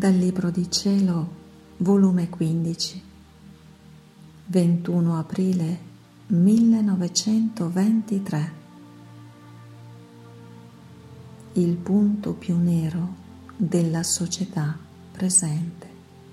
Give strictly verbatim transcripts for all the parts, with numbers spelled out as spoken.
Dal Libro di Cielo, volume quindici, ventuno aprile millenovecentoventitré. Il punto più nero della società presente.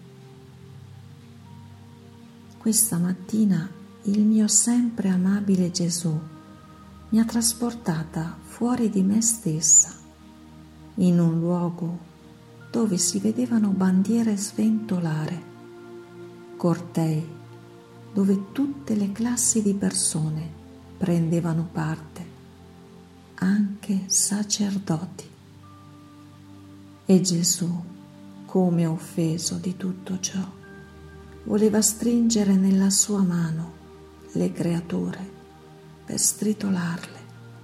Questa mattina il mio sempre amabile Gesù mi ha trasportata fuori di me stessa, in un luogo dove si vedevano bandiere sventolare, cortei dove tutte le classi di persone prendevano parte, anche sacerdoti. E Gesù, come offeso di tutto ciò, voleva stringere nella sua mano le creature per stritolarle.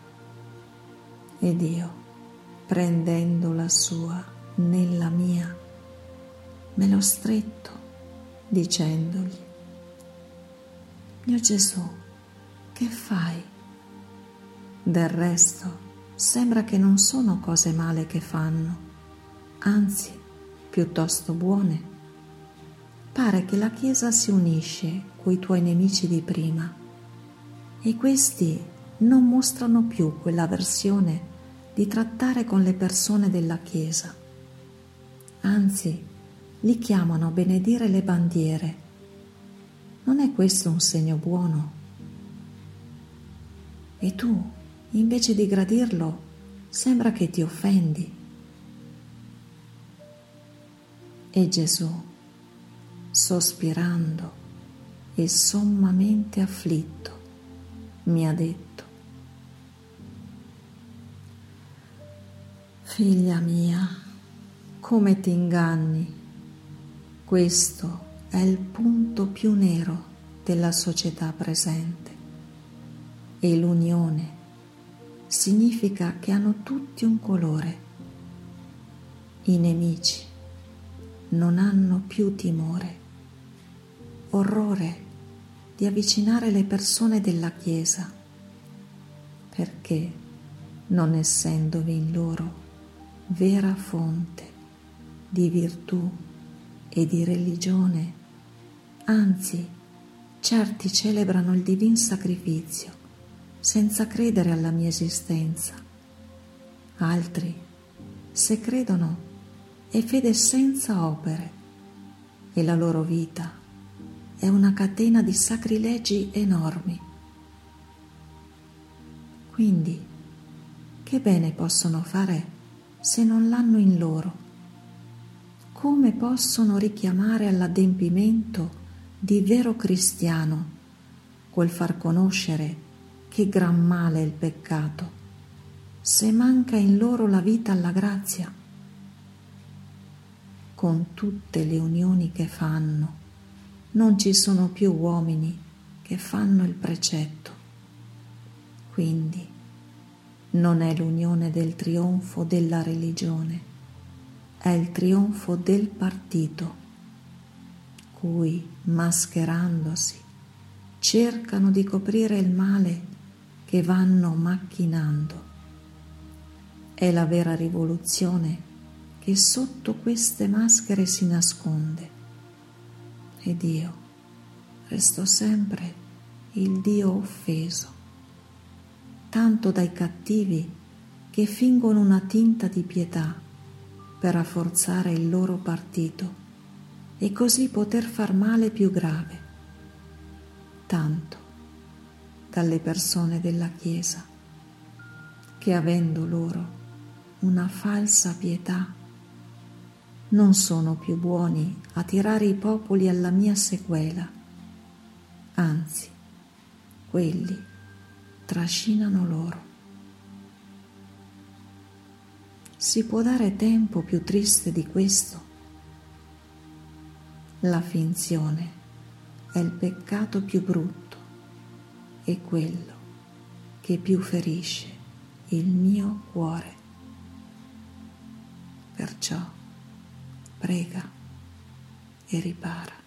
Ed io, prendendo la sua nella mia, me l'ho stretto, dicendogli: mio Gesù, che fai? Del resto sembra che non sono cose male che fanno, anzi piuttosto buone. Pare che la Chiesa si unisce coi tuoi nemici di prima e questi non mostrano più quell'avversione di trattare con le persone della Chiesa. Anzi, li chiamano a benedire le bandiere. Non è questo un segno buono? E tu, invece di gradirlo, sembra che ti offendi. E Gesù, sospirando e sommamente afflitto, mi ha detto: figlia mia, come ti inganni? Questo è il punto più nero della società presente. E l'unione significa che hanno tutti un colore. I nemici non hanno più timore, orrore di avvicinare le persone della Chiesa, perché, non essendovi in loro vera fonte di virtù e di religione, anzi, certi celebrano il divin sacrificio senza credere alla mia esistenza. Altri, se credono, è fede senza opere e la loro vita è una catena di sacrilegi enormi. Quindi, che bene possono fare se non l'hanno in loro? Come possono richiamare all'adempimento di vero cristiano quel far conoscere che gran male è il peccato, se manca in loro la vita alla grazia? Con tutte le unioni che fanno, non ci sono più uomini che fanno il precetto. Quindi non è l'unione del trionfo della religione, è il trionfo del partito, cui, mascherandosi, cercano di coprire il male che vanno macchinando. È la vera rivoluzione che sotto queste maschere si nasconde. Ed io resto sempre il Dio offeso, tanto dai cattivi che fingono una tinta di pietà per rafforzare il loro partito e così poter far male più grave, tanto dalle persone della Chiesa che, avendo loro una falsa pietà, non sono più buoni a tirare i popoli alla mia sequela, anzi, quelli trascinano loro. Si può dare tempo più triste di questo? La finzione è il peccato più brutto e quello che più ferisce il mio cuore. Perciò prega e ripara.